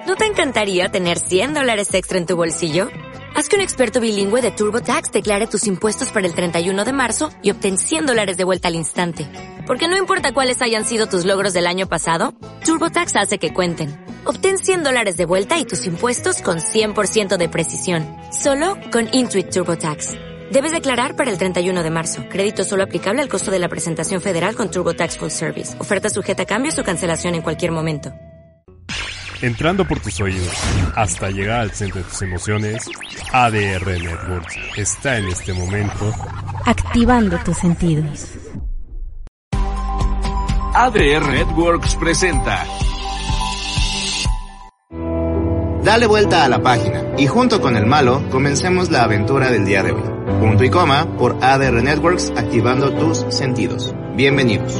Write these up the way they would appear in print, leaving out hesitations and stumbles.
¿No te encantaría tener $100 extra en tu bolsillo? Haz que un experto bilingüe de TurboTax declare tus impuestos para el 31 de marzo y obtén $100 de vuelta al instante. Porque no importa cuáles hayan sido tus logros del año pasado, TurboTax hace que cuenten. Obtén $100 de vuelta y tus impuestos con 100% de precisión. Solo con Intuit TurboTax. Debes declarar para el 31 de marzo. Crédito solo aplicable al costo de la presentación federal con TurboTax Full Service. Oferta sujeta a cambios o cancelación en cualquier momento. Entrando por tus oídos hasta llegar al centro de tus emociones, ADR Networks está en este momento activando tus sentidos. ADR Networks presenta Dale vuelta a la página y junto con el malo comencemos la aventura del día de hoy. Punto y coma por ADR Networks, activando tus sentidos. Bienvenidos.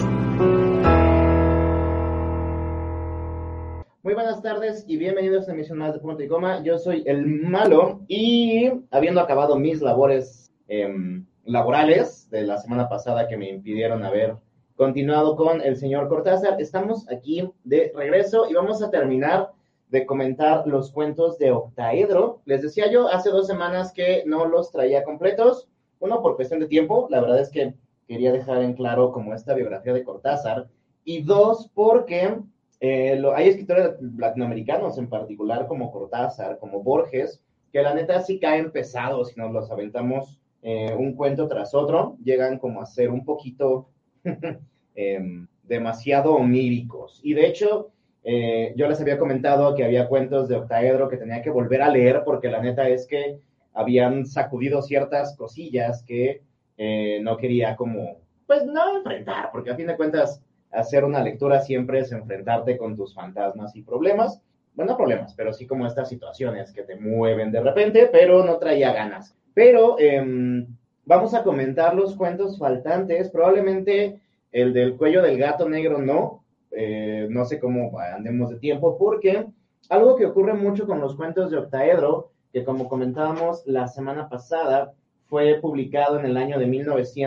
Muy buenas tardes y bienvenidos a una emisión más de Punto y Coma. Yo soy el malo y habiendo acabado mis labores laborales de la semana pasada que me impidieron haber continuado con el señor Cortázar, estamos aquí de regreso y vamos a terminar de comentar los cuentos de Octaedro. Les decía yo hace 2 semanas que no los traía completos, uno por cuestión de tiempo, la verdad es que quería dejar en claro como esta biografía de Cortázar, y 2 porque hay escritores latinoamericanos en particular como Cortázar, como Borges, que la neta sí caen pesados si nos los aventamos un cuento tras otro, llegan como a ser un poquito demasiado oníricos. Y de hecho, yo les había comentado que había cuentos de Octaedro que tenía que volver a leer porque la neta es que habían sacudido ciertas cosillas que no quería como, pues no enfrentar, porque a fin de cuentas hacer una lectura siempre es enfrentarte con tus fantasmas y problemas. Bueno, no problemas, pero sí como estas situaciones que te mueven de repente, pero no traía ganas. Pero vamos a comentar los cuentos faltantes. Probablemente el del cuello del gato negro no sé cómo andemos de tiempo, porque algo que ocurre mucho con los cuentos de Octaedro, que como comentábamos la semana pasada, fue publicado en el año de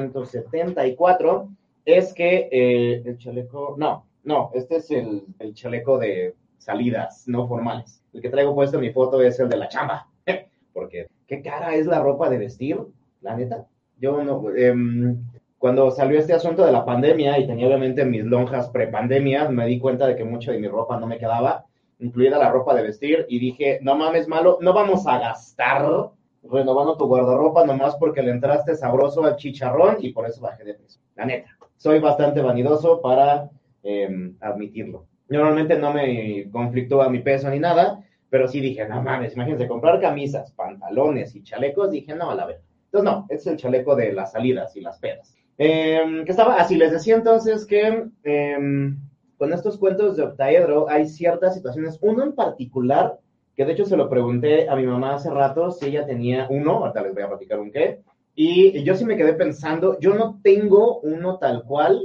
1974, es que el chaleco, este es el chaleco de salidas no formales. El que traigo puesto en mi foto es el de la chamba, porque qué cara es la ropa de vestir, la neta. Yo no, cuando salió este asunto de la pandemia y tenía obviamente mis lonjas prepandemia, me di cuenta de que mucha de mi ropa no me quedaba, incluida la ropa de vestir, y dije, no mames, malo, no vamos a gastar renovando tu guardarropa nomás porque le entraste sabroso al chicharrón y por eso bajé de peso. La neta, soy bastante vanidoso para admitirlo. Normalmente no me conflictúa mi peso ni nada, pero sí dije, no mames, imagínense, comprar camisas, pantalones y chalecos, dije, no, a la vez. Entonces, no, es el chaleco de las salidas y las pedas. Que estaba así, les decía entonces que con estos cuentos de Octaedro hay ciertas situaciones, uno en particular, que de hecho se lo pregunté a mi mamá hace rato si ella tenía uno, ahorita les voy a platicar un qué, y yo sí me quedé pensando, yo no tengo uno tal cual,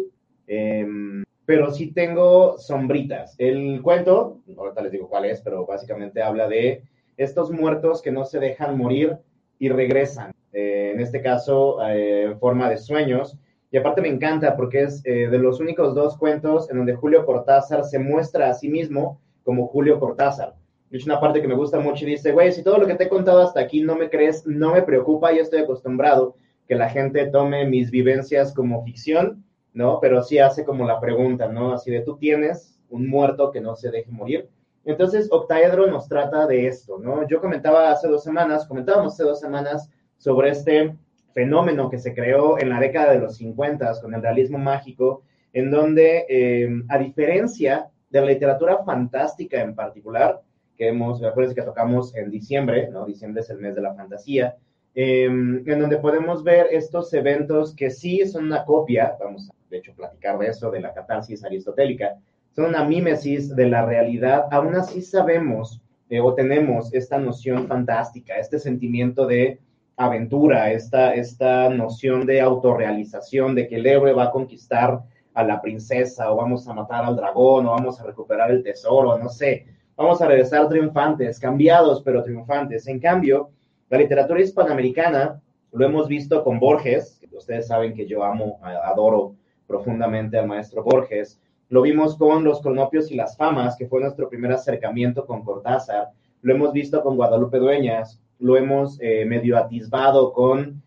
pero sí tengo sombritas. El cuento, ahorita les digo cuál es, pero básicamente habla de estos muertos que no se dejan morir y regresan, en este caso en forma de sueños, y aparte me encanta porque es de los únicos 2 cuentos en donde Julio Cortázar se muestra a sí mismo como Julio Cortázar. De hecho, una parte que me gusta mucho y dice, güey, si todo lo que te he contado hasta aquí no me crees, no me preocupa, yo estoy acostumbrado que la gente tome mis vivencias como ficción, ¿no? Pero sí hace como la pregunta, ¿no? Así de, tú tienes un muerto que no se deje morir. Entonces, Octaedro nos trata de esto, ¿no? Comentábamos hace 2 semanas sobre este fenómeno que se creó en la década de los 50 con el realismo mágico, en donde, a diferencia de la literatura fantástica en particular, me acuerdo que tocamos en diciembre, ¿no? Diciembre es el mes de la fantasía, en donde podemos ver estos eventos que sí son una copia, vamos a, de hecho, platicar de eso, de la catarsis aristotélica, son una mímesis de la realidad, aún así sabemos o tenemos esta noción fantástica, este sentimiento de aventura, esta noción de autorrealización, de que el héroe va a conquistar a la princesa, o vamos a matar al dragón, o vamos a recuperar el tesoro, no sé, vamos a regresar triunfantes, cambiados pero triunfantes. En cambio, la literatura hispanoamericana, lo hemos visto con Borges, que ustedes saben que yo amo, adoro profundamente al maestro Borges, Lo vimos con los cronopios y las famas, que fue nuestro primer acercamiento con Cortázar. Lo hemos visto con Guadalupe Dueñas. Lo hemos medio atisbado con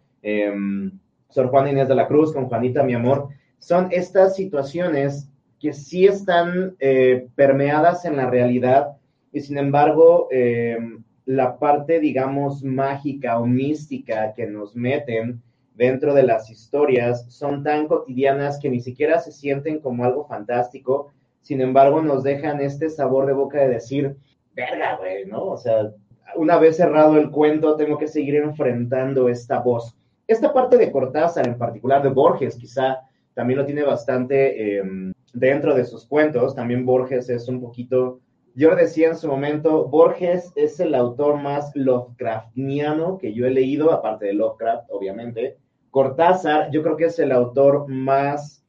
Sor Juana Inés de la Cruz, con Juanita, mi amor. Son estas situaciones que sí están permeadas en la realidad y sin embargo la parte, digamos, mágica o mística que nos meten dentro de las historias son tan cotidianas que ni siquiera se sienten como algo fantástico, sin embargo nos dejan este sabor de boca de decir, verga, güey, ¿no? O sea, una vez cerrado el cuento tengo que seguir enfrentando esta voz. Esta parte de Cortázar, en particular de Borges, quizá también lo tiene bastante dentro de sus cuentos. También Borges es un poquito, yo decía en su momento, Borges es el autor más Lovecraftiano que yo he leído, aparte de Lovecraft, obviamente. Cortázar, yo creo que es el autor más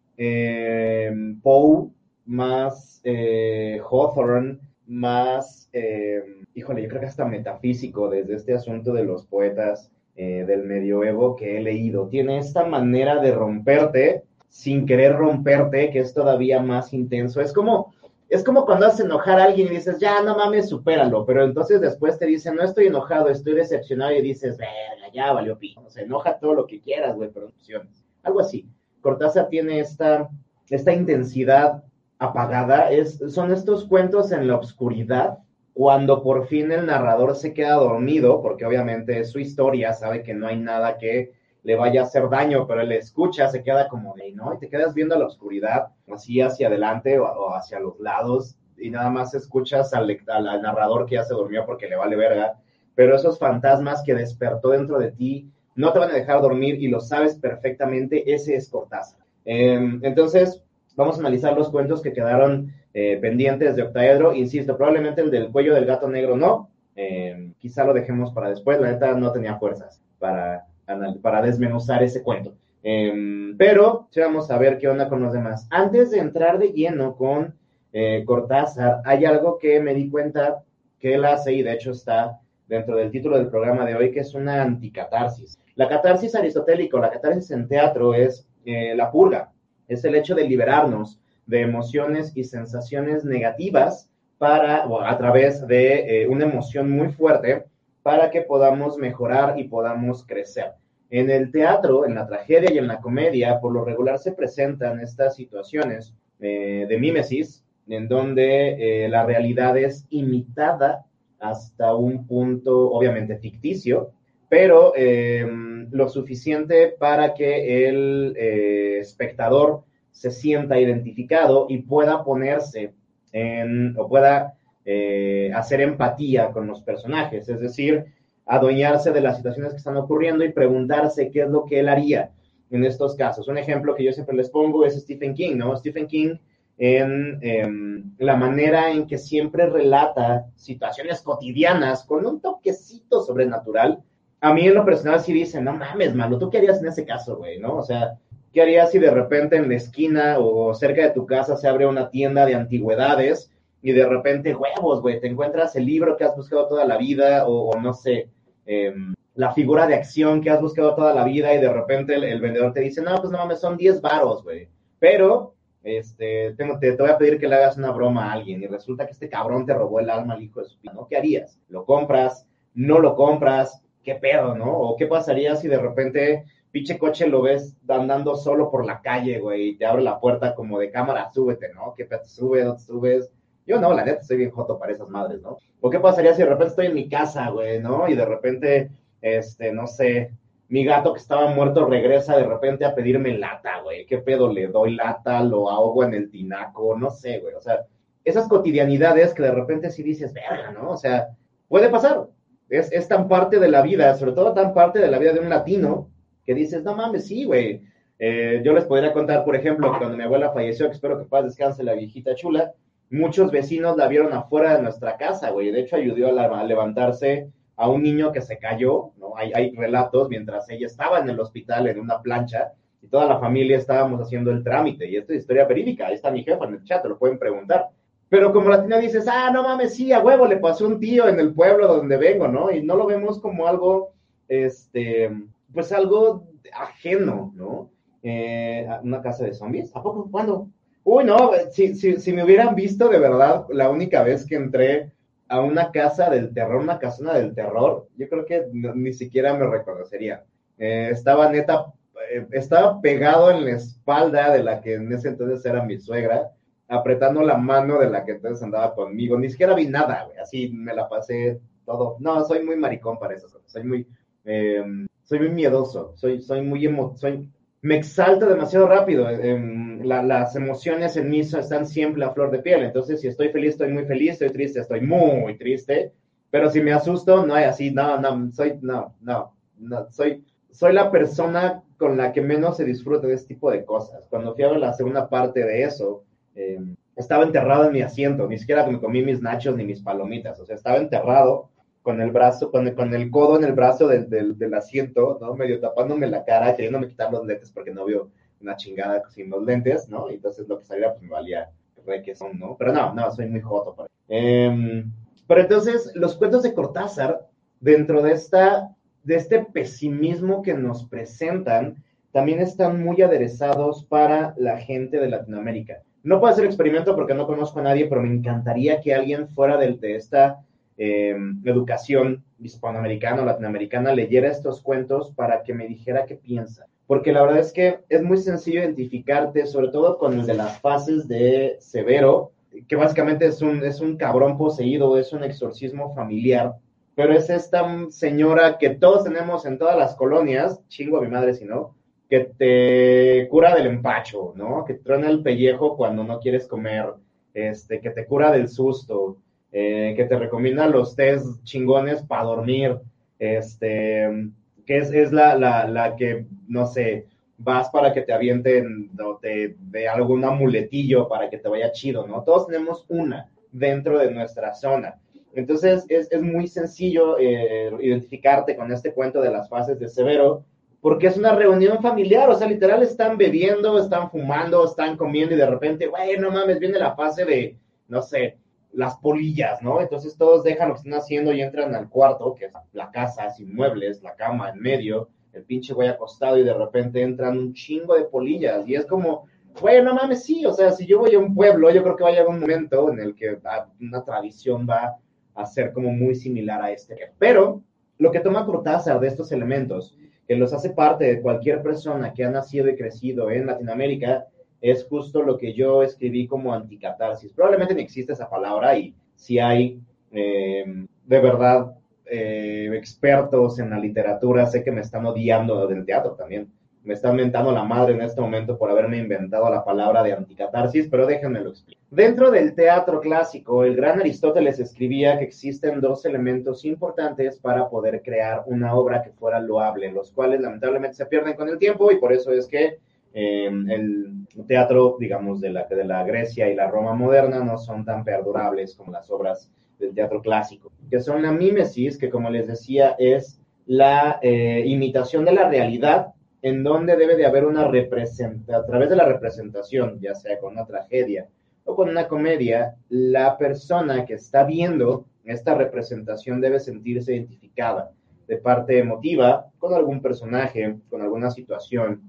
Poe, más Hawthorne, más, híjole, yo creo que hasta metafísico desde este asunto de los poetas del medioevo que he leído. Tiene esta manera de romperte sin querer romperte, que es todavía más intenso. Es como cuando haces enojar a alguien y dices, ya, no mames, supéralo, pero entonces después te dicen, no estoy enojado, estoy decepcionado, y dices, verga, ya valió pico. O sea, enoja todo lo que quieras, güey, pero no emociones. Algo así. Cortázar tiene esta intensidad apagada, son estos cuentos en la oscuridad, cuando por fin el narrador se queda dormido, porque obviamente es su historia, sabe que no hay nada que le vaya a hacer daño, pero él escucha, se queda como de, ¿no? Y te quedas viendo a la oscuridad, así hacia adelante o hacia los lados, y nada más escuchas al narrador que ya se durmió porque le vale verga, pero esos fantasmas que despertó dentro de ti no te van a dejar dormir y lo sabes perfectamente, ese es Cortázar. Entonces, vamos a analizar los cuentos que quedaron pendientes de Octaedro. Insisto, probablemente el del cuello del gato negro no, quizá lo dejemos para después, la neta no tenía fuerzas para desmenuzar ese cuento. Pero sí vamos a ver qué onda con los demás. Antes de entrar de lleno con Cortázar, hay algo que me di cuenta que él hace, y de hecho está dentro del título del programa de hoy, que es una anticatarsis. La catarsis aristotélica, la catarsis en teatro, es la purga, es el hecho de liberarnos de emociones y sensaciones negativas a través de una emoción muy fuerte, para que podamos mejorar y podamos crecer. En el teatro, en la tragedia y en la comedia, por lo regular se presentan estas situaciones de mímesis, en donde la realidad es imitada hasta un punto, obviamente ficticio, pero lo suficiente para que el espectador se sienta identificado y pueda ponerse o pueda hacer empatía con los personajes, es decir, adueñarse de las situaciones que están ocurriendo y preguntarse qué es lo que él haría en estos casos. Un ejemplo que yo siempre les pongo es Stephen King, ¿no? Stephen King, en la manera en que siempre relata situaciones cotidianas con un toquecito sobrenatural. A mí en lo personal sí dicen, no mames, mano, ¿tú qué harías en ese caso, güey, no? O sea, ¿qué harías si de repente en la esquina o cerca de tu casa se abre una tienda de antigüedades y de repente, huevos, güey, te encuentras el libro que has buscado toda la vida o no sé, la figura de acción que has buscado toda la vida y de repente el vendedor te dice, no, pues no mames, son 10 varos, güey, pero te voy a pedir que le hagas una broma a alguien y resulta que este cabrón te robó el alma al hijo de su p***, ¿no? ¿Qué harías? ¿Lo compras? ¿No lo compras? ¿Qué pedo, no? ¿O qué pasaría si de repente pinche coche lo ves andando solo por la calle, güey, y te abre la puerta como de cámara, súbete, ¿no? ¿Qué pedo? ¿Te subes? ¿No te subes? Yo no, la neta, estoy bien joto para esas madres, ¿no? ¿O qué pasaría si de repente estoy en mi casa, güey, ¿no? Y de repente, no sé, mi gato que estaba muerto regresa de repente a pedirme lata, güey. ¿Qué pedo? ¿Le doy lata? ¿Lo ahogo en el tinaco? No sé, güey. O sea, esas cotidianidades que de repente sí dices, verga, ¿no? O sea, puede pasar. Es tan parte de la vida, sobre todo tan parte de la vida de un latino, que dices, no mames, sí, güey. Yo les podría contar, por ejemplo, cuando mi abuela falleció, que espero que paz descanse la viejita chula, muchos vecinos la vieron afuera de nuestra casa, güey. De hecho, ayudó a levantarse a un niño que se cayó, ¿no? Hay relatos mientras ella estaba en el hospital en una plancha y toda la familia estábamos haciendo el trámite. Y esto es historia verídica. Ahí está mi jefa en el chat, te lo pueden preguntar. Pero como latino dices, no mames, sí, a huevo, le pasó a un tío en el pueblo donde vengo, ¿no? Y no lo vemos como algo, pues algo ajeno, ¿no? ¿Una casa de zombies? ¿A poco? ¿Cuándo? Uy, no, si me hubieran visto de verdad, la única vez que entré a una casa del terror, una casona del terror, yo creo que ni siquiera me reconocería. Estaba neta, estaba pegado en la espalda de la que en ese entonces era mi suegra, apretando la mano de la que entonces andaba conmigo. Ni siquiera vi nada, güey, así me la pasé todo. No, soy muy maricón para eso, soy muy miedoso, me exalta demasiado rápido. Las emociones en mí están siempre a flor de piel. Entonces, si estoy feliz, estoy muy feliz. Estoy triste, estoy muy triste. Pero si me asusto, no hay así. Soy la persona con la que menos se disfruta de este tipo de cosas. Cuando fui a ver la segunda parte de eso, estaba enterrado en mi asiento. Ni siquiera me comí mis nachos ni mis palomitas. O sea, estaba enterrado con el brazo, con el codo en el brazo del asiento, ¿no? Medio tapándome la cara, queriéndome quitar los lentes porque no veo una chingada sin los lentes, ¿no? Y entonces lo que saliera pues me valía re que son, ¿no? Pero no, soy muy joto para pero entonces los cuentos de Cortázar, dentro de este pesimismo que nos presentan, también están muy aderezados para la gente de Latinoamérica. No puedo hacer experimento porque no conozco a nadie, pero me encantaría que alguien fuera de esta educación hispanoamericana o latinoamericana leyera estos cuentos para que me dijera qué piensa. Porque la verdad es que es muy sencillo identificarte, sobre todo con el de las fases de Severo, que básicamente es un cabrón poseído, es un exorcismo familiar, pero es esta señora que todos tenemos en todas las colonias, chingo a mi madre si no, que te cura del empacho, ¿no? Que te truena el pellejo cuando no quieres comer, que te cura del susto, que te recomienda los tés chingones para dormir, que es la que, no sé, vas para que te avienten o te de algún amuletillo para que te vaya chido, ¿no? Todos tenemos una dentro de nuestra zona. Entonces es muy sencillo identificarte con este cuento de las fases de Severo, porque es una reunión familiar, o sea, literal están bebiendo, están fumando, están comiendo y de repente, güey, no mames, viene la fase de, no sé, las polillas, ¿no? Entonces todos dejan lo que están haciendo y entran al cuarto, que es la casa sin muebles, la cama en medio, el pinche güey acostado y de repente entran un chingo de polillas y es como, güey, no mames, sí, o sea, si yo voy a un pueblo, yo creo que va a llegar un momento en el que una tradición va a ser como muy similar a este. Pero lo que toma Cortázar de estos elementos, que los hace parte de cualquier persona que ha nacido y crecido en Latinoamérica, es justo lo que yo escribí como anticatarsis. Probablemente no existe esa palabra y si hay de verdad expertos en la literatura, sé que me están odiando del teatro también. Me están mentando la madre en este momento por haberme inventado la palabra de anticatarsis, pero déjenme lo explico. Dentro del teatro clásico, el gran Aristóteles escribía que existen dos elementos importantes para poder crear una obra que fuera loable, los cuales lamentablemente se pierden con el tiempo y por eso es que el teatro, digamos, de la Grecia y la Roma moderna no son tan perdurables como las obras del teatro clásico, que son la mímesis, que como les decía es la imitación de la realidad, en donde debe de haber una representación, a través de la representación, ya sea con una tragedia o con una comedia, la persona que está viendo esta representación debe sentirse identificada de parte emotiva con algún personaje, con alguna situación.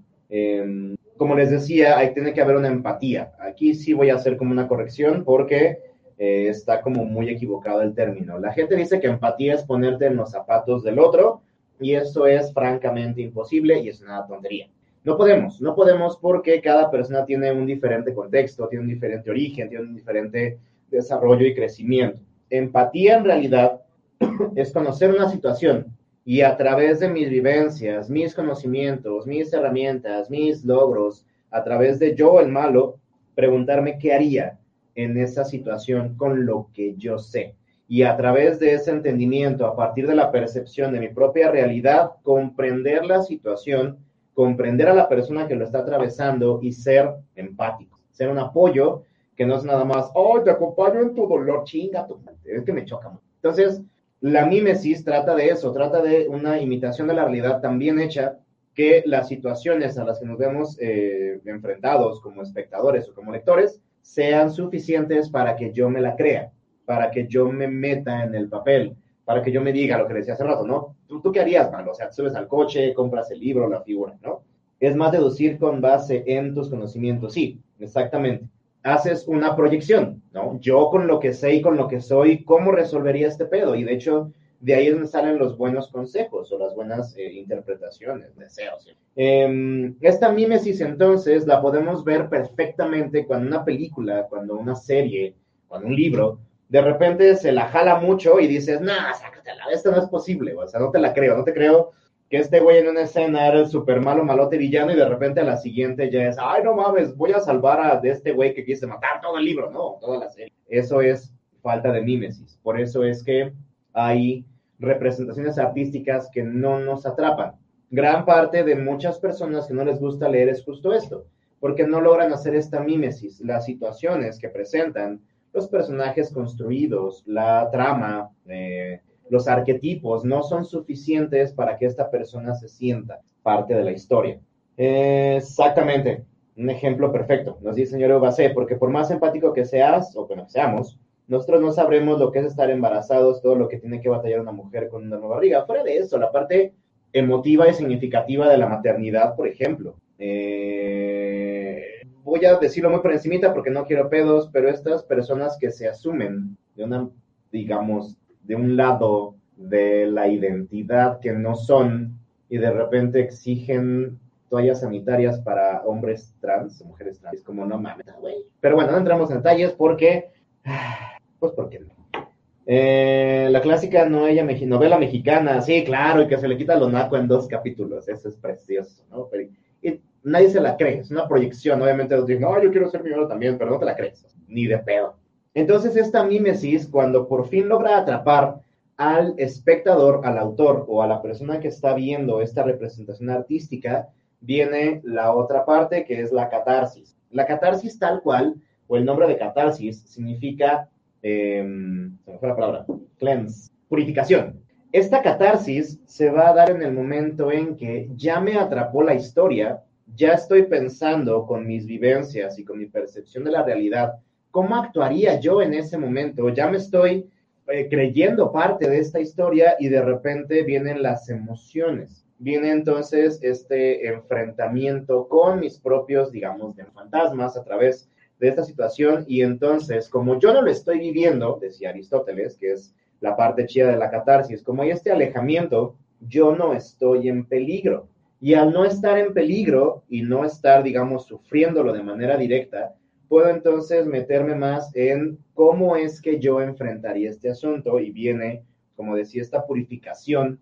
Como les decía, ahí tiene que haber una empatía. Aquí sí voy a hacer como una corrección porque está como muy equivocado el término. La gente dice que empatía es ponerte en los zapatos del otro y eso es francamente imposible y es una tontería. No podemos porque cada persona tiene un diferente contexto, tiene un diferente origen, tiene un diferente desarrollo y crecimiento. Empatía en realidad es conocer una situación y a través de mis vivencias, mis conocimientos, mis herramientas, mis logros, a través de yo, el malo, preguntarme qué haría en esa situación con lo que yo sé. Y a través de ese entendimiento, a partir de la percepción de mi propia realidad, comprender la situación, comprender a la persona que lo está atravesando y ser empático, ser un apoyo que no es nada más, oh, te acompaño en tu dolor, chinga, es que me choca mucho. Entonces, la mímesis trata de eso, trata de una imitación de la realidad tan bien hecha que las situaciones a las que nos vemos enfrentados como espectadores o como lectores sean suficientes para que yo me la crea, para que yo me meta en el papel, para que yo me diga lo que decía hace rato, ¿no? ¿Tú qué harías, man? O sea, te subes al coche, compras el libro, la figura, ¿no? Es más deducir con base en tus conocimientos. Sí, exactamente. haces una proyección, ¿no? Yo con lo que sé y con lo que soy, ¿cómo resolvería este pedo? Y de hecho, de ahí es donde salen los buenos consejos o las buenas interpretaciones, deseos. Esta mímesis, entonces, la podemos ver perfectamente cuando una película, cuando una serie, cuando un libro, de repente se la jala mucho y dices, nah, sácatela, esto no es posible, o sea, no te la creo, no te creo que este güey en una escena era el súper malo, malote, villano, y de repente a la siguiente ya es, ay, no mames, voy a salvar de este güey que quise matar todo el libro, no, toda la serie. Eso es falta de mímesis. Por eso es que hay representaciones artísticas que no nos atrapan. Gran parte de muchas personas que no les gusta leer es justo esto, porque no logran hacer esta mímesis, las situaciones que presentan, los personajes construidos, la trama, los arquetipos no son suficientes para que esta persona se sienta parte de la historia. Exactamente, un ejemplo perfecto, nos dice el señor Ubacé, porque por más empático que seas, o que no seamos, nosotros no sabremos lo que es estar embarazados, todo lo que tiene que batallar una mujer con una nueva barriga. Fuera de eso, la parte emotiva y significativa de la maternidad, por ejemplo. Voy a decirlo muy por encimita porque no quiero pedos, pero estas personas que se asumen de una, digamos, de un lado de la identidad que no son y de repente exigen toallas sanitarias para hombres trans, mujeres trans, es como no mames, güey. Pero bueno, no entramos en detalles porque, pues porque no. La clásica novela mexicana, sí, claro, y que se le quita lo naco en 2 capítulos, eso es precioso, ¿no? Pero, y nadie se la cree, es una proyección, obviamente los dicen, no, yo quiero ser millonario también, pero no te la crees, ni de pedo. Entonces esta mímesis, cuando por fin logra atrapar al espectador, al autor o a la persona que está viendo esta representación artística, viene la otra parte que es la catarsis. La catarsis tal cual, o el nombre de catarsis, significa, se me fue la palabra, cleanse, purificación. Esta catarsis se va a dar en el momento en que ya me atrapó la historia, ya estoy pensando con mis vivencias y con mi percepción de la realidad, ¿cómo actuaría yo en ese momento? Ya me estoy creyendo parte de esta historia y de repente vienen las emociones. Viene entonces este enfrentamiento con mis propios, digamos, fantasmas a través de esta situación y entonces, como yo no lo estoy viviendo, decía Aristóteles, que es la parte chida de la catarsis, como hay este alejamiento, yo no estoy en peligro. Y al no estar en peligro y no estar, digamos, sufriéndolo de manera directa, puedo entonces meterme más en cómo es que yo enfrentaría este asunto y viene, como decía, esta purificación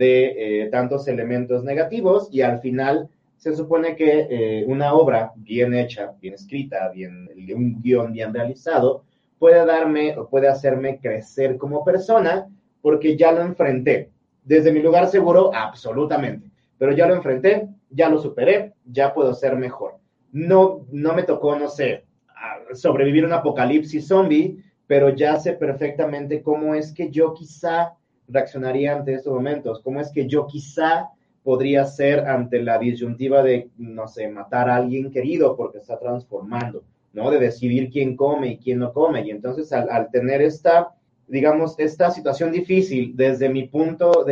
de tantos elementos negativos y al final se supone que una obra bien hecha, bien escrita, un guión bien realizado, puede darme o puede hacerme crecer como persona porque ya lo enfrenté. Desde mi lugar seguro, absolutamente. Pero ya lo enfrenté, ya lo superé, ya puedo ser mejor. No me tocó, no sé, sobrevivir un apocalipsis zombie, pero ya sé perfectamente cómo es que yo quizá reaccionaría ante estos momentos, cómo es que yo quizá podría ser ante la disyuntiva de, no sé, matar a alguien querido porque está transformando, ¿no? De decidir quién come y quién no come. Y entonces al tener esta, digamos, esta situación difícil desde mi punto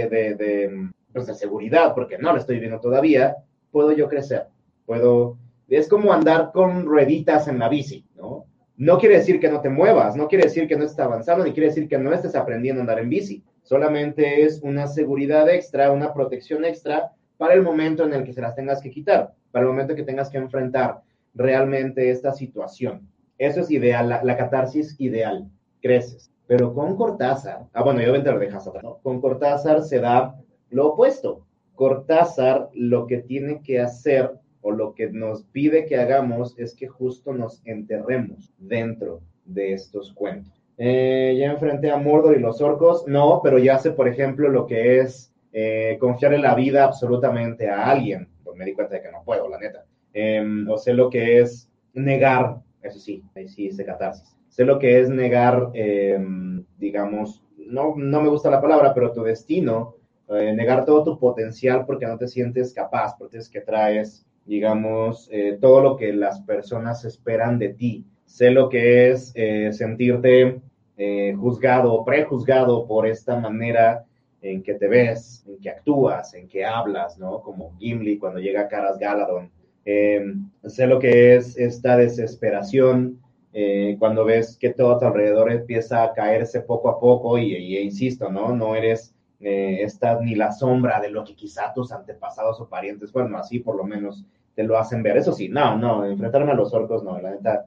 pues de seguridad, porque no lo estoy viendo todavía, puedo yo crecer, es como andar con rueditas en la bici, ¿no? No quiere decir que no te muevas, no quiere decir que no estés avanzando, ni quiere decir que no estés aprendiendo a andar en bici. Solamente es una seguridad extra, una protección extra para el momento en el que se las tengas que quitar, para el momento en que tengas que enfrentar realmente esta situación. Eso es ideal, la catarsis ideal, creces. Pero con Cortázar, y obviamente lo dejas atrás, ¿no? Con Cortázar se da lo opuesto. Cortázar lo que tiene que hacer o lo que nos pide que hagamos es que justo nos enterremos dentro de estos cuentos. Ya enfrenté a Mordor y los orcos, no, pero ya sé, por ejemplo, lo que es confiar en la vida absolutamente a alguien. Pues me di cuenta de que no puedo, la neta. O sé lo que es negar, eso sí, ahí sí hice catarsis. Sé lo que es negar, digamos, no me gusta la palabra, pero tu destino, negar todo tu potencial porque no te sientes capaz, porque es que traes, digamos, todo lo que las personas esperan de ti. Sé lo que es sentirte juzgado o prejuzgado por esta manera en que te ves, en que actúas, en que hablas, ¿no? Como Gimli cuando llega a Caras Galadón Sé lo que es esta desesperación cuando ves que todo a tu alrededor empieza a caerse poco a poco y insisto, ¿no? No eres ni la sombra de lo que quizá tus antepasados o parientes, bueno, así por lo menos te lo hacen ver. Eso sí, no, enfrentarme a los orcos, no, la neta.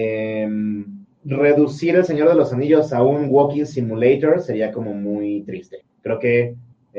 Reducir El Señor de los Anillos a un walking simulator sería como muy triste. Creo que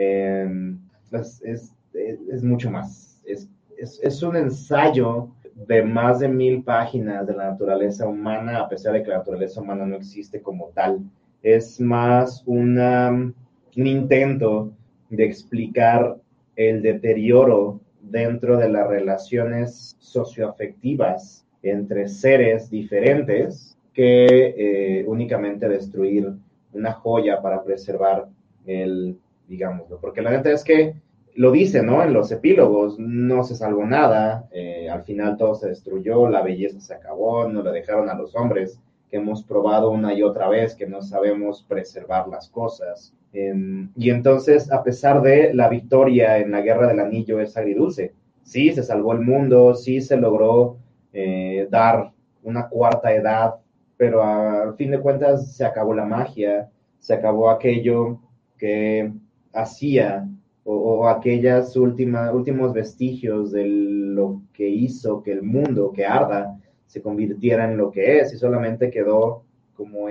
es mucho más. Es un ensayo de más de 1000 páginas de la naturaleza humana, a pesar de que la naturaleza humana no existe como tal. Es más un intento de explicar el deterioro dentro de las relaciones socioafectivas entre seres diferentes que únicamente destruir una joya para preservar digámoslo. Porque la neta es que lo dice, ¿no? En los epílogos, no se salvó nada, al final todo se destruyó, la belleza se acabó, no le dejaron a los hombres, que hemos probado una y otra vez que no sabemos preservar las cosas. Y entonces, a pesar de la victoria en la Guerra del Anillo es agridulce. Sí, se salvó el mundo, sí se logró dar una cuarta edad, pero al fin de cuentas se acabó la magia, se acabó aquello que hacía o aquellas últimos vestigios de lo que hizo que el mundo, que Arda, se convirtiera en lo que es, y solamente quedó como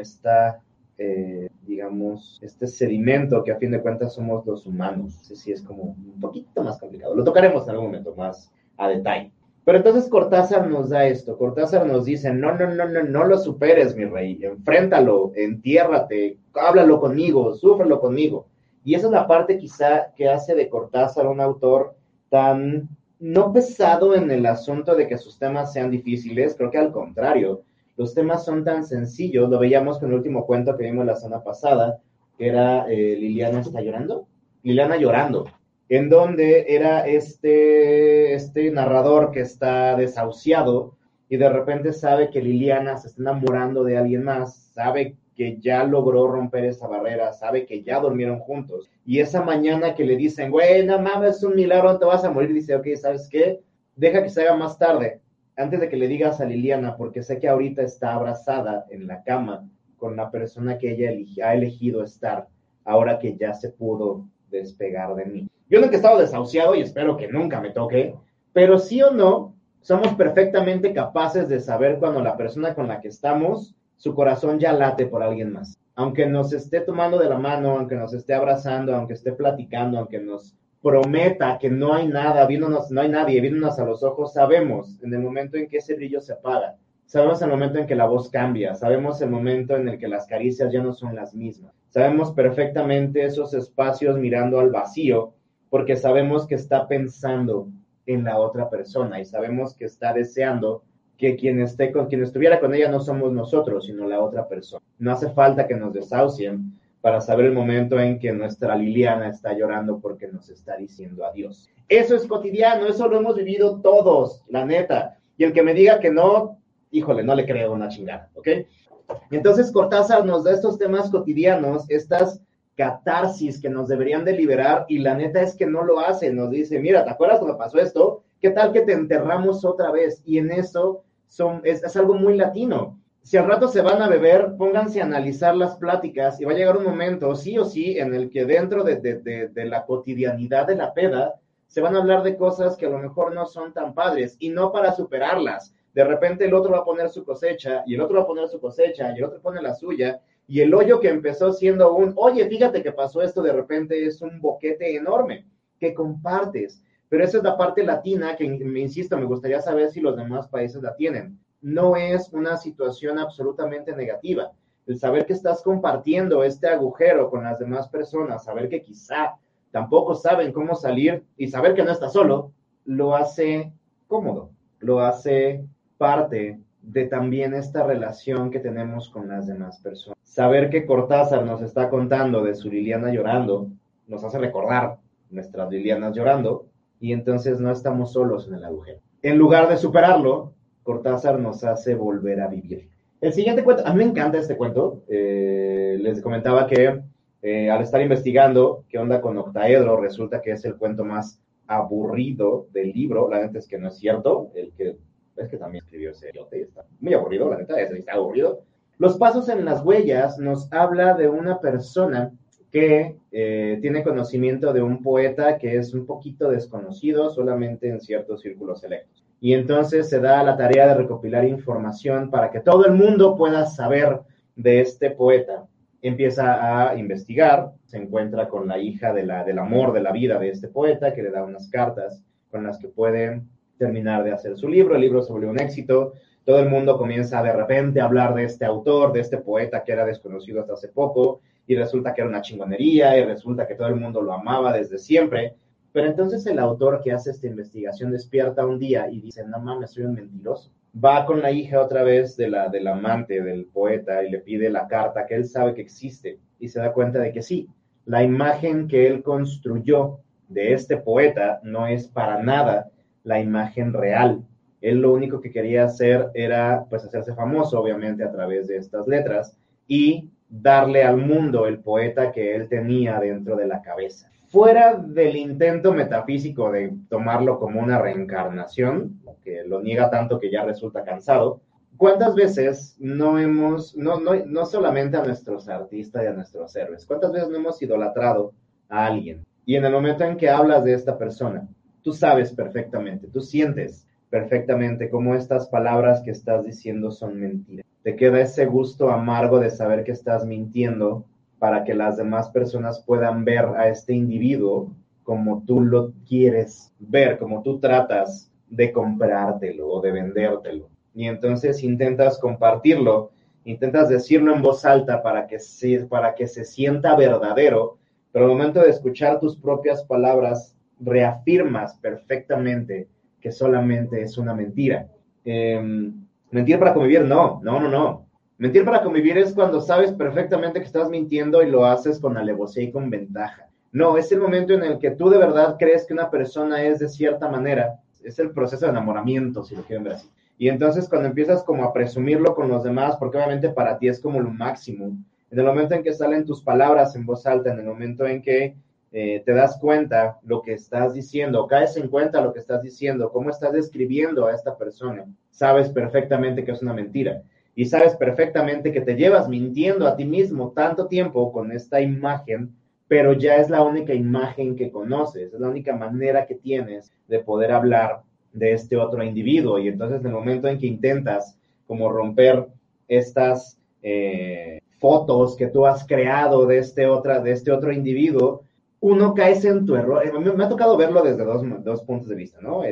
digamos, este sedimento que a fin de cuentas somos los humanos. Sí, es como un poquito más complicado. Lo tocaremos en algún momento más a detalle. Pero entonces Cortázar nos da esto. Cortázar nos dice, no lo superes, mi rey. Enfréntalo, entiérrate, háblalo conmigo, súfrelo conmigo. Y esa es la parte quizá que hace de Cortázar un autor tan no pesado en el asunto de que sus temas sean difíciles, creo que al contrario, los temas son tan sencillos. Lo veíamos con el último cuento que vimos la semana pasada, que era Liliana está llorando, Liliana llorando, en donde era este narrador que está desahuciado y de repente sabe que Liliana se está enamorando de alguien más, sabe que ya logró romper esa barrera, sabe que ya durmieron juntos, y esa mañana que le dicen, güey, no mames, es un milagro, no te vas a morir, dice, ok, ¿sabes qué? Deja que se haga más tarde, antes de que le digas a Liliana, porque sé que ahorita está abrazada en la cama con la persona que ella ha elegido estar, ahora que ya se pudo despegar de mí. Yo nunca he estado desahuciado y espero que nunca me toque, pero sí o no, somos perfectamente capaces de saber cuando la persona con la que estamos, su corazón ya late por alguien más. Aunque nos esté tomando de la mano, aunque nos esté abrazando, aunque esté platicando, aunque nos prometa que no hay nada, no hay nadie, viéndonos a los ojos, sabemos en el momento en que ese brillo se apaga, sabemos el momento en que la voz cambia, sabemos el momento en el que las caricias ya no son las mismas, sabemos perfectamente esos espacios mirando al vacío, porque sabemos que está pensando en la otra persona y sabemos que está deseando que quien estuviera con ella no somos nosotros, sino la otra persona. No hace falta que nos desahucien para saber el momento en que nuestra Liliana está llorando porque nos está diciendo adiós. Eso es cotidiano, eso lo hemos vivido todos, la neta. Y el que me diga que no, híjole, no le creo una chingada, ¿ok? Entonces Cortázar nos da estos temas cotidianos, estas catarsis que nos deberían de liberar, y la neta es que no lo hace. Nos dice, mira, ¿te acuerdas cuando pasó esto? ¿Qué tal que te enterramos otra vez? Y en eso es algo muy latino. Si al rato se van a beber, pónganse a analizar las pláticas y va a llegar un momento, sí o sí, en el que dentro de la cotidianidad de la peda, se van a hablar de cosas que a lo mejor no son tan padres, y no para superarlas. De repente el otro va a poner su cosecha, y el otro va a poner su cosecha, y el otro pone la suya, y el hoyo que empezó siendo oye, fíjate que pasó esto, de repente es un boquete enorme que compartes. Pero esa es la parte latina que, insisto, me gustaría saber si los demás países la tienen. No es una situación absolutamente negativa. El saber que estás compartiendo este agujero con las demás personas, saber que quizá tampoco saben cómo salir y saber que no estás solo, lo hace cómodo, lo hace parte de también esta relación que tenemos con las demás personas. Saber que Cortázar nos está contando de su Liliana llorando, nos hace recordar nuestras Lilianas llorando, y entonces no estamos solos en el agujero. En lugar de superarlo, Cortázar nos hace volver a vivir. El siguiente cuento, a mí me encanta este cuento. Les comentaba que al estar investigando qué onda con Octaedro, resulta que es el cuento más aburrido del libro, la neta es que no es cierto, es que también escribió ese idiote, está muy aburrido, la neta, está aburrido. Los pasos en las huellas nos habla de una persona que tiene conocimiento de un poeta que es un poquito desconocido solamente en ciertos círculos selectos. Y entonces se da la tarea de recopilar información para que todo el mundo pueda saber de este poeta. Empieza a investigar, se encuentra con la hija del amor de la vida de este poeta, que le da unas cartas con las que puede terminar de hacer su libro. El libro se volvió un éxito. Todo el mundo comienza de repente a hablar de este autor, de este poeta que era desconocido hasta hace poco, y resulta que era una chingonería, y resulta que todo el mundo lo amaba desde siempre. Pero entonces el autor que hace esta investigación despierta un día y dice, no mames, soy un mentiroso. Va con la hija otra vez del amante del poeta y le pide la carta que él sabe que existe, y se da cuenta de que sí, la imagen que él construyó de este poeta no es para nada la imagen real. Él lo único que quería hacer era pues hacerse famoso, obviamente, a través de estas letras y darle al mundo el poeta que él tenía dentro de la cabeza. Fuera del intento metafísico de tomarlo como una reencarnación, que lo niega tanto que ya resulta cansado, ¿cuántas veces no solamente a nuestros artistas y a nuestros héroes, cuántas veces no hemos idolatrado a alguien? Y en el momento en que hablas de esta persona, tú sabes perfectamente, tú sientes perfectamente cómo estas palabras que estás diciendo son mentiras. Te queda ese gusto amargo de saber que estás mintiendo para que las demás personas puedan ver a este individuo como tú lo quieres ver, como tú tratas de comprártelo o de vendértelo. Y entonces intentas compartirlo, intentas decirlo en voz alta para que se sienta verdadero, pero al momento de escuchar tus propias palabras, reafirmas perfectamente que solamente es una mentira. Mentir para convivir, no. Mentir para convivir es cuando sabes perfectamente que estás mintiendo y lo haces con alevosía y con ventaja. No, es el momento en el que tú de verdad crees que una persona es de cierta manera. Es el proceso de enamoramiento, si lo quieren ver así. Y entonces cuando empiezas como a presumirlo con los demás, porque obviamente para ti es como lo máximo, en el momento en que salen tus palabras en voz alta, en el momento en que te das cuenta lo que estás diciendo, caes en cuenta lo que estás diciendo, cómo estás describiendo a esta persona, sabes perfectamente que es una mentira. Y sabes perfectamente que te llevas mintiendo a ti mismo tanto tiempo con esta imagen, pero ya es la única imagen que conoces, es la única manera que tienes de poder hablar de este otro individuo. Y entonces en el momento en que intentas como romper estas fotos que tú has creado de este otro individuo, uno caes en tu error. Me ha tocado verlo desde dos puntos de vista, ¿no?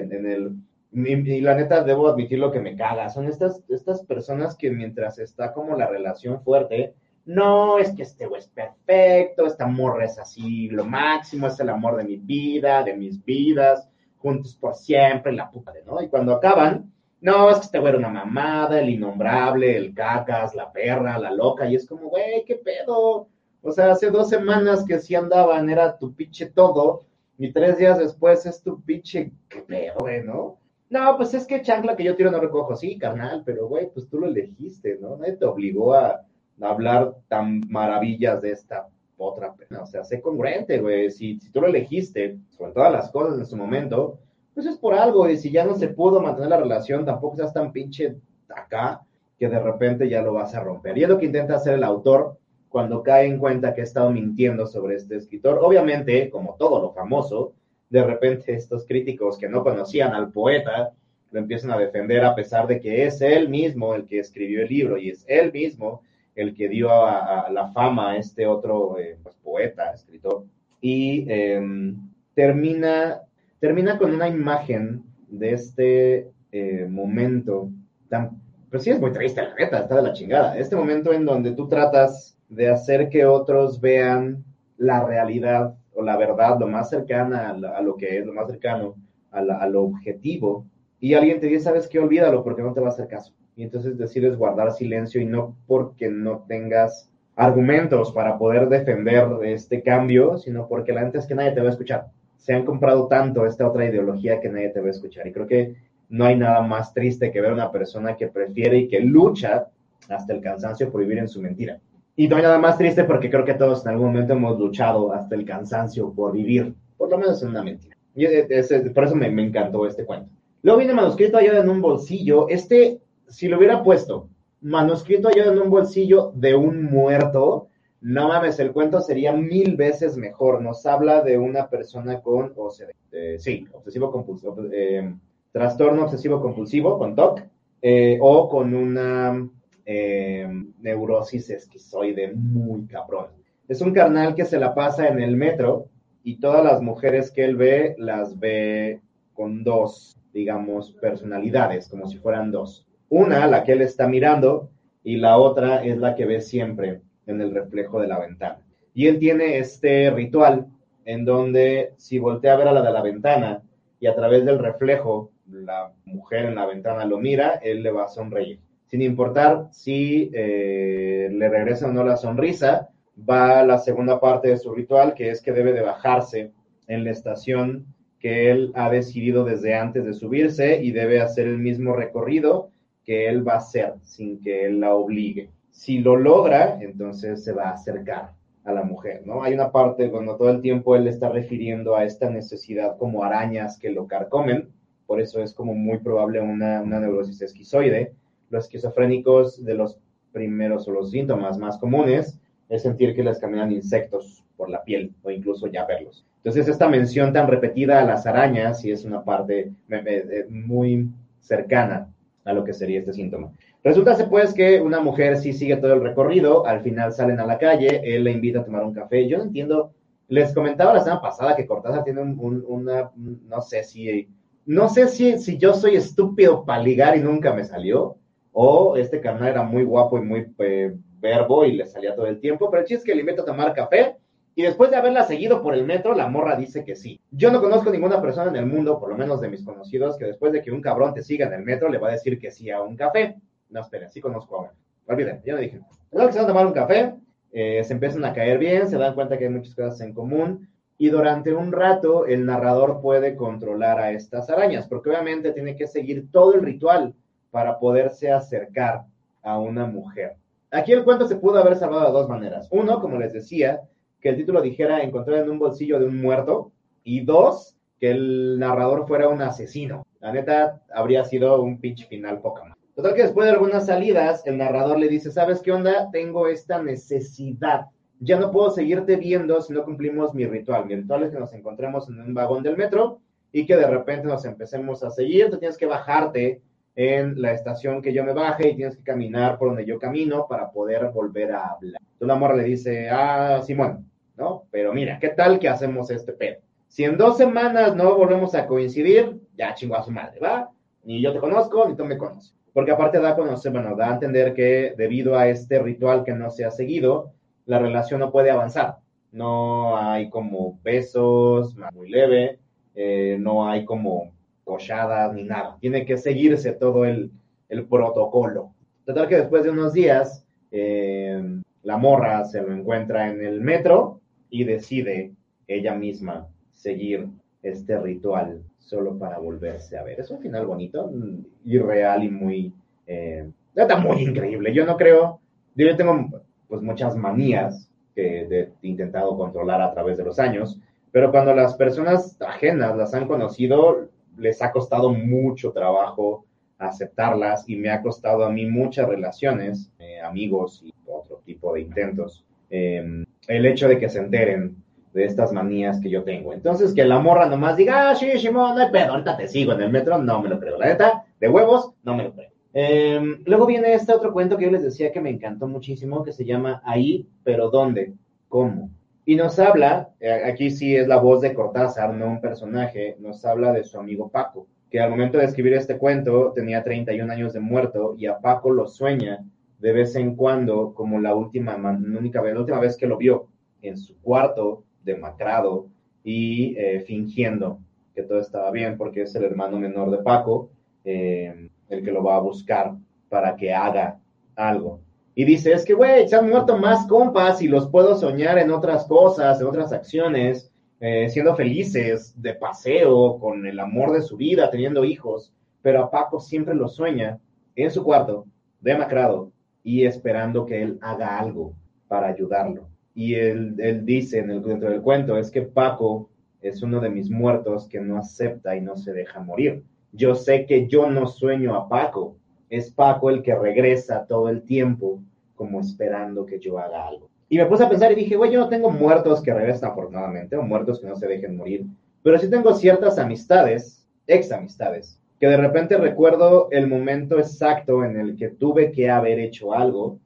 Y la neta, debo admitir lo que me caga. Son estas personas que mientras está como la relación fuerte, no, es que este güey es perfecto, esta morra es así, lo máximo, es el amor de mi vida, de mis vidas, juntos por siempre, la puta, ¿no? Y cuando acaban, no, es que este güey era una mamada, el innombrable, el cacas, la perra, la loca, y es como, güey, ¿qué pedo? O sea, hace 2 semanas que sí andaban, era tu pinche todo, y 3 días después es tu pinche, ¿qué pedo, güey, no? No, pues es que chancla que yo tiro no recojo. Sí, carnal, pero güey, pues tú lo elegiste, ¿no? Nadie te obligó a hablar tan maravillas de esta otra persona. O sea, sé congruente, güey. Si tú lo elegiste, con todas las cosas en su momento, pues es por algo. Y si ya no se pudo mantener la relación, tampoco seas tan pinche acá que de repente ya lo vas a romper. Y es lo que intenta hacer el autor cuando cae en cuenta que ha estado mintiendo sobre este escritor. Obviamente, como todo lo famoso, de repente estos críticos que no conocían al poeta lo empiezan a defender a pesar de que es él mismo el que escribió el libro y es él mismo el que dio a la fama a este otro poeta, escritor. Y termina con una imagen de este momento pues sí es muy triste, la neta, está de la chingada. Este momento en donde tú tratas de hacer que otros vean la realidad o la verdad, lo más cercana a lo que es, lo más cercano a lo objetivo, y alguien te dice, ¿sabes qué? Olvídalo porque no te va a hacer caso. Y entonces decides guardar silencio y no porque no tengas argumentos para poder defender este cambio, sino porque la neta es que nadie te va a escuchar. Se han comprado tanto esta otra ideología que nadie te va a escuchar. Y creo que no hay nada más triste que ver a una persona que prefiere y que lucha hasta el cansancio por vivir en su mentira. Y no hay nada más triste porque creo que todos en algún momento hemos luchado hasta el cansancio por vivir, por lo menos en una mentira. Por eso me encantó este cuento. Luego viene manuscrito hallado en un bolsillo. Si lo hubiera puesto manuscrito hallado en un bolsillo de un muerto, no mames, el cuento sería 1000 veces mejor. Nos habla de una persona con OCD. Sí, obsesivo compulsivo. Trastorno obsesivo compulsivo, con TOC, o con una neurosis esquizoide muy cabrón. Es un carnal que se la pasa en el metro y todas las mujeres que él ve, las ve con dos, digamos, personalidades, como si fueran dos. Una, la que él está mirando, y la otra es la que ve siempre en el reflejo de la ventana. Y él tiene este ritual en donde si voltea a ver a la de la ventana y a través del reflejo la mujer en la ventana lo mira, él le va a sonreír. Sin importar si le regresa o no la sonrisa, va a la segunda parte de su ritual, que es que debe de bajarse en la estación que él ha decidido desde antes de subirse y debe hacer el mismo recorrido que él va a hacer sin que él la obligue. Si lo logra, entonces se va a acercar a la mujer, ¿no? Hay una parte cuando todo el tiempo él está refiriendo a esta necesidad como arañas que lo carcomen, por eso es como muy probable una neurosis esquizoide. Los esquizofrénicos, de los primeros o los síntomas más comunes es sentir que les caminan insectos por la piel o incluso ya verlos. Entonces esta mención tan repetida a las arañas sí es una parte muy cercana a lo que sería este síntoma. Resulta pues que una mujer sí sigue todo el recorrido, al final salen a la calle, él le invita a tomar un café. Yo no entiendo, les comentaba la semana pasada que Cortázar tiene no sé si yo soy estúpido para ligar y nunca me salió, o este carnal era muy guapo y muy verbo y le salía todo el tiempo, pero el chiste es que le invita a tomar café y después de haberla seguido por el metro, la morra dice que sí. Yo no conozco ninguna persona en el mundo, por lo menos de mis conocidos, que después de que un cabrón te siga en el metro, le va a decir que sí a un café. No, esperen, sí conozco a uno. Olviden, ya lo dije. Luego que se van a tomar un café, se empiezan a caer bien, se dan cuenta que hay muchas cosas en común, y durante un rato el narrador puede controlar a estas arañas, porque obviamente tiene que seguir todo el ritual para poderse acercar a una mujer. Aquí el cuento se pudo haber salvado de dos maneras. Uno, como les decía, que el título dijera encontrar en un bolsillo de un muerto, y dos, que el narrador fuera un asesino. La neta, habría sido un pitch final poca más. Total que después de algunas salidas, el narrador le dice, ¿sabes qué onda? Tengo esta necesidad. Ya no puedo seguirte viendo si no cumplimos mi ritual. Mi ritual es que nos encontremos en un vagón del metro y que de repente nos empecemos a seguir. Tú tienes que bajarte en la estación que yo me baje y tienes que caminar por donde yo camino para poder volver a hablar. Entonces la morra le dice, Simón, ¿no? Pero mira, ¿qué tal que hacemos este pedo? Si en 2 semanas no volvemos a coincidir, ya chingó a su madre, ¿va? Ni yo te conozco, ni tú me conoces. Porque aparte da a entender que debido a este ritual que no se ha seguido, la relación no puede avanzar. No hay como besos, muy leve, no hay como cochadas ni nada. Tiene que seguirse todo el protocolo. Total que después de unos días, la morra se lo encuentra en el metro y decide ella misma seguir este ritual solo para volverse a ver. Es un final bonito, irreal y muy está muy increíble. Yo tengo pues muchas manías que he intentado controlar a través de los años, pero cuando las personas ajenas las han conocido, les ha costado mucho trabajo aceptarlas y me ha costado a mí muchas relaciones, amigos y otro tipo de intentos, el hecho de que se enteren de estas manías que yo tengo. Entonces, que la morra nomás diga, sí, Shimon, no hay pedo, ahorita te sigo en el metro, no me lo creo. La neta, de huevos, no me lo creo. Luego viene este otro cuento que yo les decía que me encantó muchísimo, que se llama Ahí, pero ¿dónde? ¿Cómo? Y nos habla, aquí sí es la voz de Cortázar, no un personaje, nos habla de su amigo Paco, que al momento de escribir este cuento tenía 31 años de muerto y a Paco lo sueña de vez en cuando como la última vez que lo vio en su cuarto, demacrado y fingiendo que todo estaba bien porque es el hermano menor de Paco, el que lo va a buscar para que haga algo. Y dice, es que güey, se han muerto más compas y los puedo soñar en otras cosas, en otras acciones, siendo felices, de paseo, con el amor de su vida, teniendo hijos, pero a Paco siempre lo sueña en su cuarto, demacrado, y esperando que él haga algo para ayudarlo. Y él dice dentro del cuento, es que Paco es uno de mis muertos que no acepta y no se deja morir. Yo sé que yo no sueño a Paco, es Paco el que regresa todo el tiempo como esperando que yo haga algo. Y me puse a pensar y dije, güey, yo no tengo muertos que regresen afortunadamente, o muertos que no se dejen morir, pero sí tengo ciertas amistades, ex amistades, que de repente recuerdo el momento exacto en el que tuve que haber hecho algo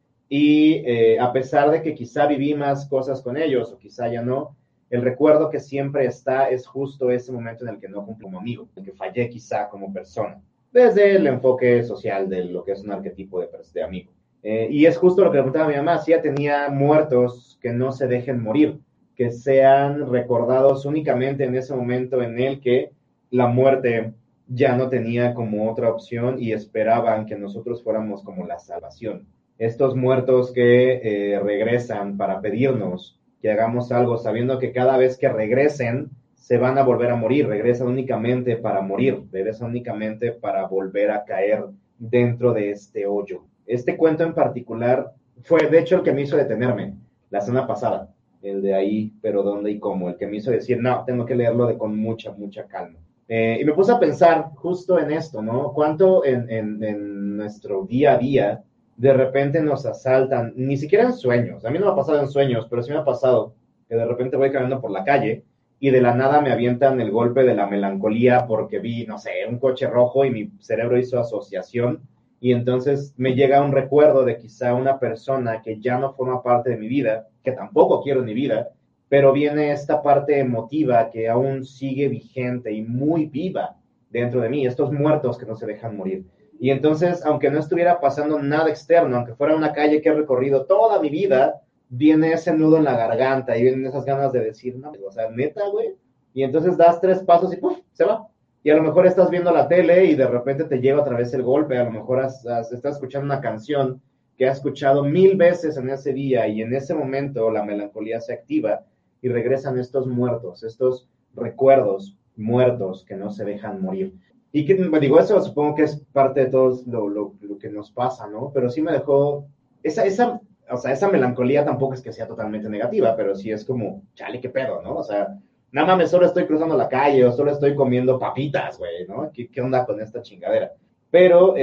y a pesar de que quizá viví más cosas con ellos o quizá ya no, el recuerdo que siempre está es justo ese momento en el que no cumplí como amigo, en el que fallé quizá como persona, desde el enfoque social de lo que es un arquetipo de amigo. Y es justo lo que le preguntaba a mi mamá, si ella tenía muertos que no se dejen morir, que sean recordados únicamente en ese momento en el que la muerte ya no tenía como otra opción y esperaban que nosotros fuéramos como la salvación. Estos muertos que regresan para pedirnos que hagamos algo, sabiendo que cada vez que regresen se van a volver a morir, regresan únicamente para morir, regresan únicamente para volver a caer dentro de este hoyo. Este cuento en particular fue, de hecho, el que me hizo detenerme la semana pasada, el de ahí, pero dónde y cómo, el que me hizo decir, no, tengo que leerlo con mucha calma. Y me puse a pensar justo en esto, ¿no? Cuánto en nuestro día a día de repente nos asaltan, ni siquiera en sueños. A mí no me ha pasado en sueños, pero sí me ha pasado que de repente voy caminando por la calle y de la nada me avientan el golpe de la melancolía porque vi, no sé, un coche rojo y mi cerebro hizo asociación y entonces me llega un recuerdo de quizá una persona que ya no forma parte de mi vida, que tampoco quiero en mi vida, pero viene esta parte emotiva que aún sigue vigente y muy viva dentro de mí, estos muertos que no se dejan morir. Y entonces, aunque no estuviera pasando nada externo, aunque fuera una calle que he recorrido toda mi vida, viene ese nudo en la garganta y vienen esas ganas de decir, no, o sea, neta, güey. Y entonces das 3 pasos y ¡puf! Se va. Y a lo mejor estás viendo la tele y de repente te llega otra vez el golpe, a lo mejor estás escuchando una canción que has escuchado 1000 veces en ese día y en ese momento la melancolía se activa y regresan estos muertos, estos recuerdos muertos que no se dejan morir. Y que, digo, eso supongo que es parte de todo lo que nos pasa, ¿no? Pero sí me dejó, esa melancolía tampoco es que sea totalmente negativa, pero sí es como, chale, qué pedo, ¿no? O sea, nada mames, solo estoy cruzando la calle o solo estoy comiendo papitas, güey, ¿no? ¿Qué onda con esta chingadera? Pero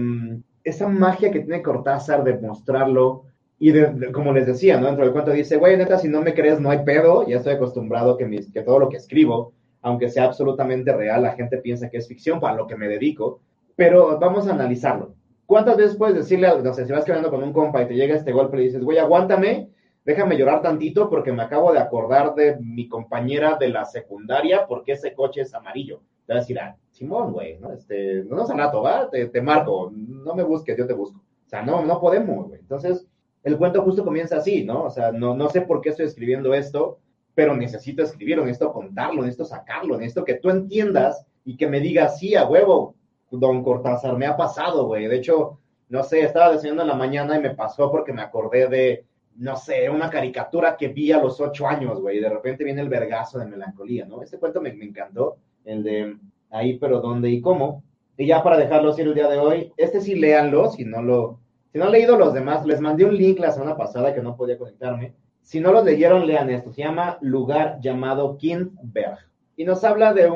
esa magia que tiene Cortázar de mostrarlo y como les decía, ¿no? Dentro del cuento dice, güey, neta, si no me crees, no hay pedo, ya estoy acostumbrado que todo lo que escribo, aunque sea absolutamente real, la gente piensa que es ficción para lo que me dedico, pero vamos a analizarlo. ¿Cuántas veces puedes decirle, no sé, si vas caminando con un compa y te llega este golpe y le dices, güey, aguántame, déjame llorar tantito porque me acabo de acordar de mi compañera de la secundaria porque ese coche es amarillo? Te vas a decir, Simón, güey, ¿no? No nos al rato, ¿va? Te marco, no me busques, yo te busco. O sea, no podemos, güey. Entonces, el cuento justo comienza así, ¿no? O sea, no sé por qué estoy escribiendo esto, pero necesito escribirlo, necesito contarlo, necesito sacarlo, necesito que tú entiendas y que me digas, sí, a huevo, don Cortázar, me ha pasado, güey. De hecho, no sé, estaba desayunando en la mañana y me pasó porque me acordé de, no sé, una caricatura que vi a los 8 años, güey, y de repente viene el vergazo de melancolía, ¿no? Este cuento me encantó, el de ahí, pero dónde y cómo. Y ya para dejarlo ir el día de hoy, sí léanlo, si no han leído los demás, les mandé un link la semana pasada que no podía conectarme. Si no los leyeron, lean esto. Se llama Lugar llamado Kindberg. Y nos habla de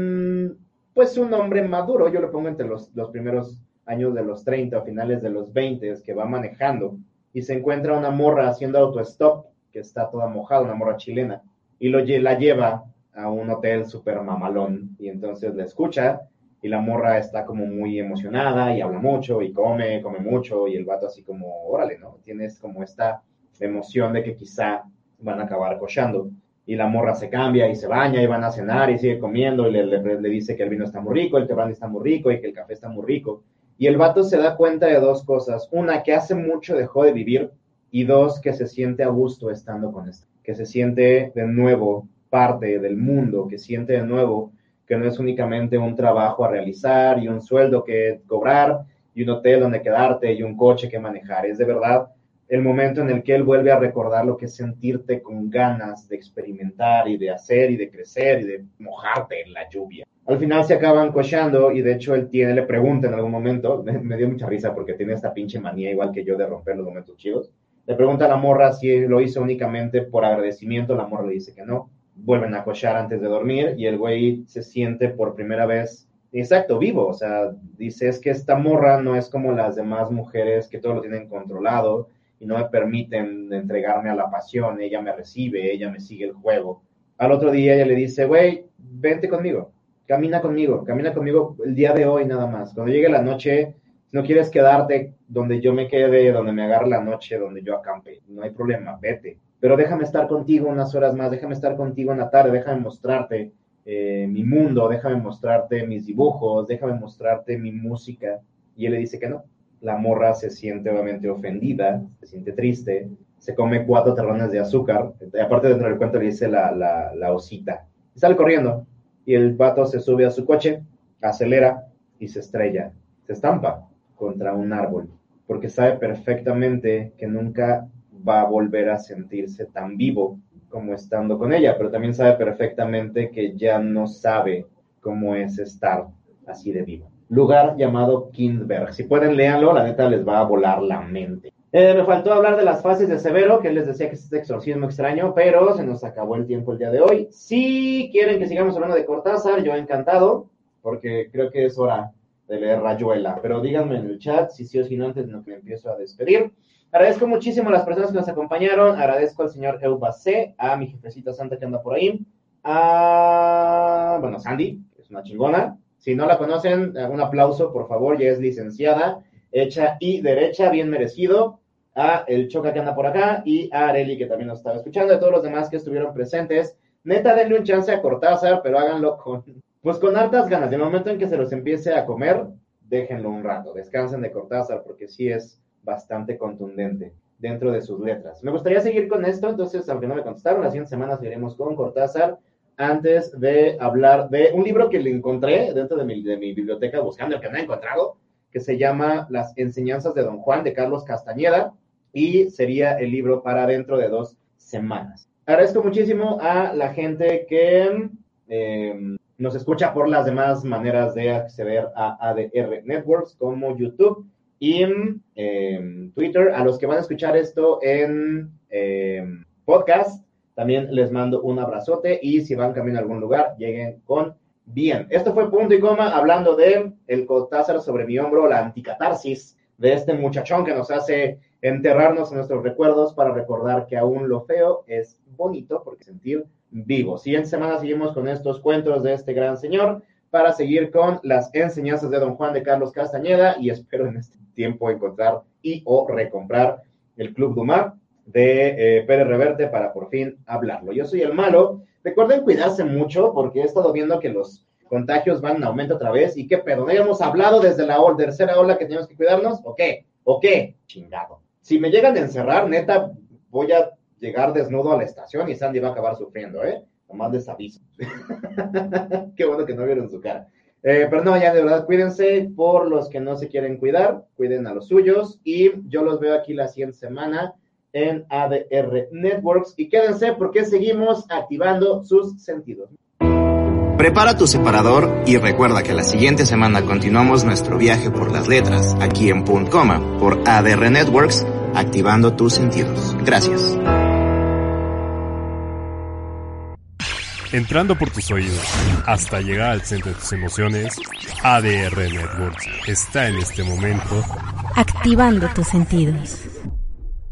un hombre maduro, yo lo pongo entre los primeros años de los 30 o finales de los 20, que va manejando y se encuentra una morra haciendo autostop, que está toda mojada, una morra chilena, y la lleva a un hotel súper mamalón, y entonces la escucha, y la morra está como muy emocionada, y habla mucho, y come mucho, y el vato así como, órale, ¿no? Tienes como esta emoción de que quizá van a acabar cochando, y la morra se cambia y se baña y van a cenar y sigue comiendo y le dice que el vino está muy rico, el brandy está muy rico y que el café está muy rico, y el vato se da cuenta de 2 cosas, una, que hace mucho dejó de vivir, y 2, que se siente a gusto estando con esto, que se siente de nuevo parte del mundo, que siente de nuevo que no es únicamente un trabajo a realizar y un sueldo que cobrar y un hotel donde quedarte y un coche que manejar, es de verdad el momento en el que él vuelve a recordar lo que es sentirte con ganas de experimentar y de hacer y de crecer y de mojarte en la lluvia. Al final se acaban cochando y de hecho le pregunta en algún momento, me dio mucha risa porque tiene esta pinche manía igual que yo de romper los momentos chidos. Le pregunta a la morra si lo hizo únicamente por agradecimiento, la morra le dice que no, vuelven a cochar antes de dormir y el güey se siente por primera vez, exacto, vivo. O sea, dice, es que esta morra no es como las demás mujeres que todo lo tienen controlado y no me permiten entregarme a la pasión. Ella me recibe, ella me sigue el juego. Al otro día ella le dice, güey, vente conmigo, camina conmigo el día de hoy nada más. Cuando llegue la noche, si no quieres quedarte donde yo me quede, donde me agarre la noche, donde yo acampe, no hay problema, vete. Pero déjame estar contigo unas horas más, déjame estar contigo en la tarde, déjame mostrarte mi mundo, déjame mostrarte mis dibujos, déjame mostrarte mi música. Y él le dice que no. La morra se siente obviamente ofendida, se siente triste, se come 4 terrones de azúcar. Aparte, dentro del cuento le dice la osita. Sale corriendo y el vato se sube a su coche, acelera y se estrella. Se estampa contra un árbol porque sabe perfectamente que nunca va a volver a sentirse tan vivo como estando con ella, pero también sabe perfectamente que ya no sabe cómo es estar así de vivo. Lugar llamado Kindberg. Si pueden, léanlo, la neta les va a volar la mente. Me faltó hablar de las fases de Severo, que les decía que es este exorcismo extraño, pero se nos acabó el tiempo el día de hoy. Si quieren que sigamos hablando de Cortázar, yo encantado, porque creo que es hora de leer Rayuela, pero díganme en el chat si sí o si no antes de lo que me empiezo a despedir. Agradezco muchísimo a las personas que nos acompañaron, agradezco al señor Eubacé, a mi jefecita santa que anda por ahí, a, Sandy, que es una chingona. Si no la conocen, un aplauso, por favor, ya es licenciada, hecha y derecha, bien merecido. A el Choca que anda por acá y a Areli que también nos estaba escuchando, a todos los demás que estuvieron presentes. Neta, denle un chance a Cortázar, pero háganlo con hartas ganas. De momento en que se los empiece a comer, déjenlo un rato, descansen de Cortázar, porque sí es bastante contundente dentro de sus letras. Me gustaría seguir con esto, entonces, aunque no me contestaron, la siguiente semana seguiremos con Cortázar, antes de hablar de un libro que le encontré dentro de mi biblioteca, buscando el que no he encontrado, que se llama Las enseñanzas de Don Juan, de Carlos Castañeda, y sería el libro para dentro de 2 semanas. Agradezco muchísimo a la gente que nos escucha por las demás maneras de acceder a ADR Networks, como YouTube y Twitter. A los que van a escuchar esto en podcast, también les mando un abrazote, y si van camino a algún lugar, lleguen con bien. Esto fue Punto y Coma, hablando de el Cortázar sobre mi hombro, la anticatarsis de este muchachón que nos hace enterrarnos en nuestros recuerdos para recordar que aún lo feo es bonito, porque sentir vivo. Siguiente semana seguimos con estos cuentos de este gran señor, para seguir con las enseñanzas de Don Juan de Carlos Castañeda, y espero en este tiempo encontrar y o recomprar el Club Dumas de Pérez Reverte para por fin hablarlo. Yo soy el Malo. Recuerden cuidarse mucho, porque he estado viendo que los contagios van en aumento otra vez. ¿Y qué pedo? ¿No habíamos hablado desde la tercera ola que teníamos que cuidarnos? ¿O qué? Chingado. Si me llegan a encerrar, neta, voy a llegar desnudo a la estación y Sandy va a acabar sufriendo, Nomás les aviso. Qué bueno que no vieron su cara. Pero no, ya de verdad, cuídense. Por los que no se quieren cuidar, cuiden a los suyos. Y yo los veo aquí la siguiente semana en ADR Networks. Y quédense, porque seguimos activando sus sentidos. Prepara tu separador y recuerda que la siguiente semana continuamos nuestro viaje por las letras, aquí en Punto Coma, por ADR Networks, activando tus sentidos. Gracias. Entrando por tus oídos hasta llegar al centro de tus emociones, ADR Networks está en este momento activando tus sentidos.